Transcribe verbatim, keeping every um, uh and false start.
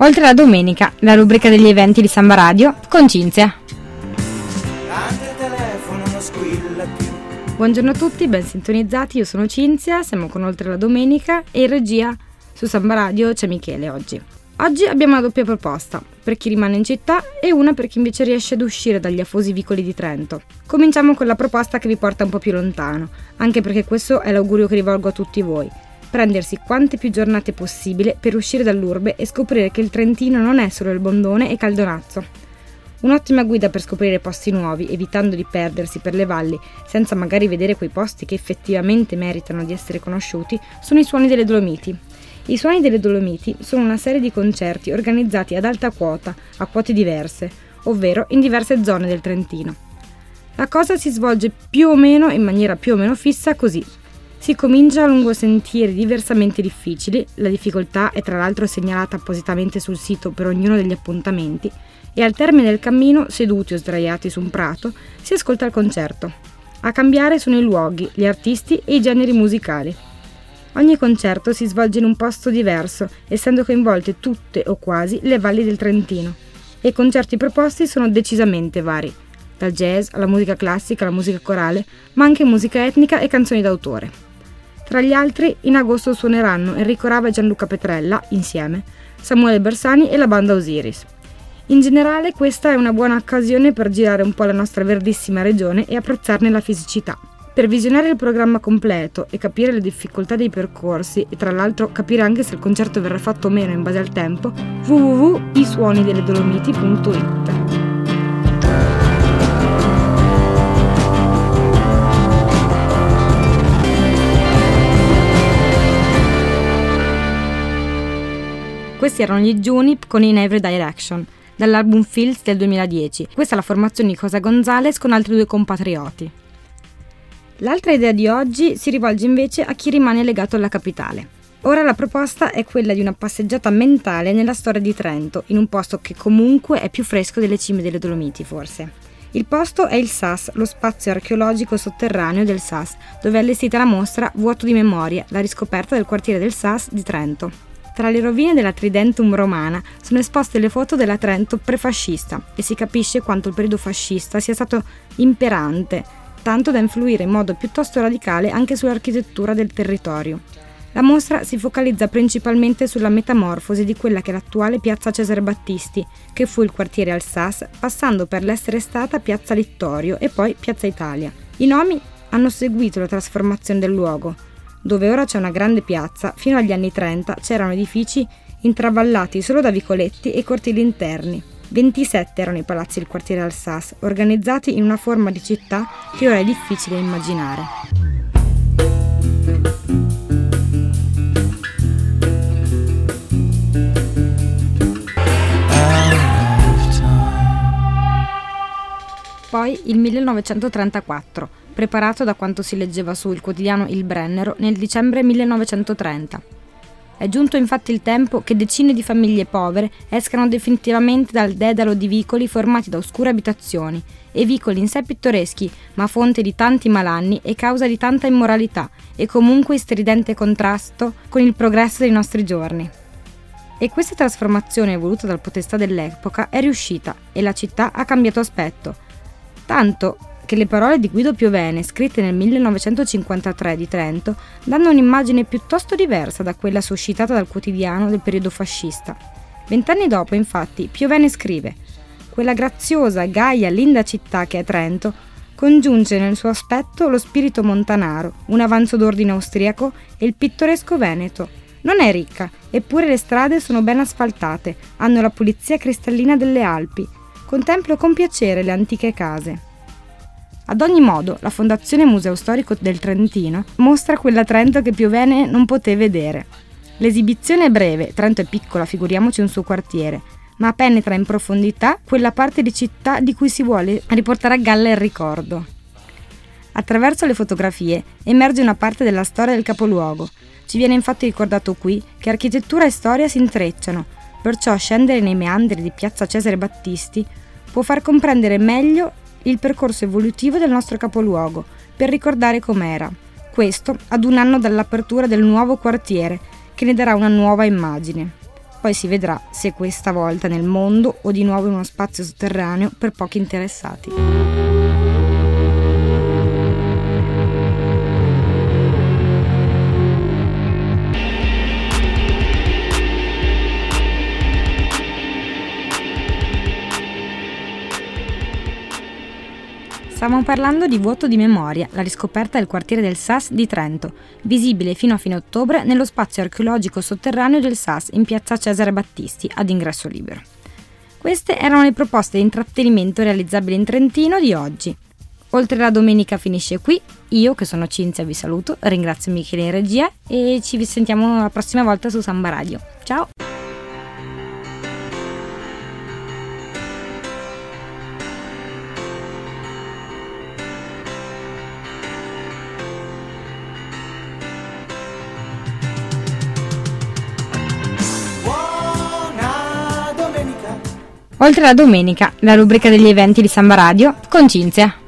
Oltre la domenica, la rubrica degli eventi di Samba Radio con Cinzia. Buongiorno a tutti, ben sintonizzati, io sono Cinzia, siamo con Oltre la domenica e in regia su Samba Radio c'è Michele oggi. Oggi abbiamo una doppia proposta, per chi rimane in città e una per chi invece riesce ad uscire dagli afosi vicoli di Trento. Cominciamo con la proposta che vi porta un po' più lontano, anche perché questo è l'augurio che rivolgo a tutti voi. Prendersi quante più giornate possibile per uscire dall'urbe e scoprire che il Trentino non è solo il Bondone e Caldonazzo. Un'ottima guida per scoprire posti nuovi, evitando di perdersi per le valli, senza magari vedere quei posti che effettivamente meritano di essere conosciuti, sono i Suoni delle Dolomiti. I Suoni delle Dolomiti sono una serie di concerti organizzati ad alta quota, a quote diverse, ovvero in diverse zone del Trentino. La cosa si svolge più o meno in maniera più o meno fissa così. Si comincia lungo sentieri diversamente difficili, la difficoltà è tra l'altro segnalata appositamente sul sito per ognuno degli appuntamenti, e al termine del cammino, seduti o sdraiati su un prato, si ascolta il concerto. A cambiare sono i luoghi, gli artisti e i generi musicali. Ogni concerto si svolge in un posto diverso, essendo coinvolte tutte o quasi le valli del Trentino, e i concerti proposti sono decisamente vari, dal jazz alla musica classica alla musica corale, ma anche musica etnica e canzoni d'autore. Tra gli altri, in agosto suoneranno Enrico Rava e Gianluca Petrella, insieme, Samuele Bersani e la banda Osiris. In generale, questa è una buona occasione per girare un po' la nostra verdissima regione e apprezzarne la fisicità. Per visionare il programma completo e capire le difficoltà dei percorsi e tra l'altro capire anche se il concerto verrà fatto o meno in base al tempo, w w w punto i suoni delle dolomiti punto i t. Questi erano gli Junip con In Every Direction, dall'album Fields del duemiladieci. Questa è la formazione di Cosa Gonzalez con altri due compatrioti. L'altra idea di oggi si rivolge invece a chi rimane legato alla capitale. Ora la proposta è quella di una passeggiata mentale nella storia di Trento, in un posto che comunque è più fresco delle cime delle Dolomiti, forse. Il posto è il S A S, lo spazio archeologico sotterraneo del S A S, dove è allestita la mostra Vuoto di memoria, la riscoperta del quartiere del S A S di Trento. Tra le rovine della Tridentum romana sono esposte le foto della Trento prefascista e si capisce quanto il periodo fascista sia stato imperante, tanto da influire in modo piuttosto radicale anche sull'architettura del territorio. La mostra si focalizza principalmente sulla metamorfosi di quella che è l'attuale piazza Cesare Battisti, che fu il quartiere al S A S, passando per l'essere stata piazza Littorio e poi piazza Italia. I nomi hanno seguito la trasformazione del luogo, dove ora c'è una grande piazza. Fino agli anni trenta c'erano edifici intravallati solo da vicoletti e cortili interni. ventisette erano i palazzi del quartiere al S A S, organizzati in una forma di città che ora è difficile immaginare. Poi il millenovecentotrentaquattro, preparato da quanto si leggeva su il quotidiano Il Brennero nel dicembre millenovecentotrenta. È giunto infatti il tempo che decine di famiglie povere escano definitivamente dal dedalo di vicoli formati da oscure abitazioni, e vicoli in sé pittoreschi, ma fonte di tanti malanni e causa di tanta immoralità, e comunque in stridente contrasto con il progresso dei nostri giorni. E questa trasformazione voluta dal potestà dell'epoca è riuscita, e la città ha cambiato aspetto, tanto che le parole di Guido Piovene, scritte nel millenovecentocinquantatré di Trento, danno un'immagine piuttosto diversa da quella suscitata dal quotidiano del periodo fascista. Vent'anni dopo, infatti, Piovene scrive: «Quella graziosa, gaia, linda città che è Trento congiunge nel suo aspetto lo spirito montanaro, un avanzo d'ordine austriaco e il pittoresco veneto. Non è ricca, eppure le strade sono ben asfaltate, hanno la pulizia cristallina delle Alpi. Contemplo con piacere le antiche case». Ad ogni modo, la Fondazione Museo Storico del Trentino mostra quella Trento che Piovene non poté vedere. L'esibizione è breve, Trento è piccola, figuriamoci un suo quartiere, ma penetra in profondità quella parte di città di cui si vuole riportare a galla il ricordo. Attraverso le fotografie emerge una parte della storia del capoluogo. Ci viene infatti ricordato qui che architettura e storia si intrecciano, perciò scendere nei meandri di piazza Cesare Battisti può far comprendere meglio il percorso evolutivo del nostro capoluogo, per ricordare com'era. Questo ad un anno dall'apertura del nuovo quartiere, che ne darà una nuova immagine. poi si vedrà se questa volta nel mondo o di nuovo in uno spazio sotterraneo per pochi interessati. Stavamo parlando di Vuoto di memoria, la riscoperta del quartiere del S A S di Trento, visibile fino a fine ottobre nello spazio archeologico sotterraneo del S A S in piazza Cesare Battisti, ad ingresso libero. Queste erano le proposte di intrattenimento realizzabili in Trentino di oggi. Oltre la domenica finisce qui, io che sono Cinzia vi saluto, ringrazio Michele in regia e ci sentiamo la prossima volta su Samba Radio. Ciao! Oltre la domenica, la rubrica degli eventi di Samba Radio con Cinzia.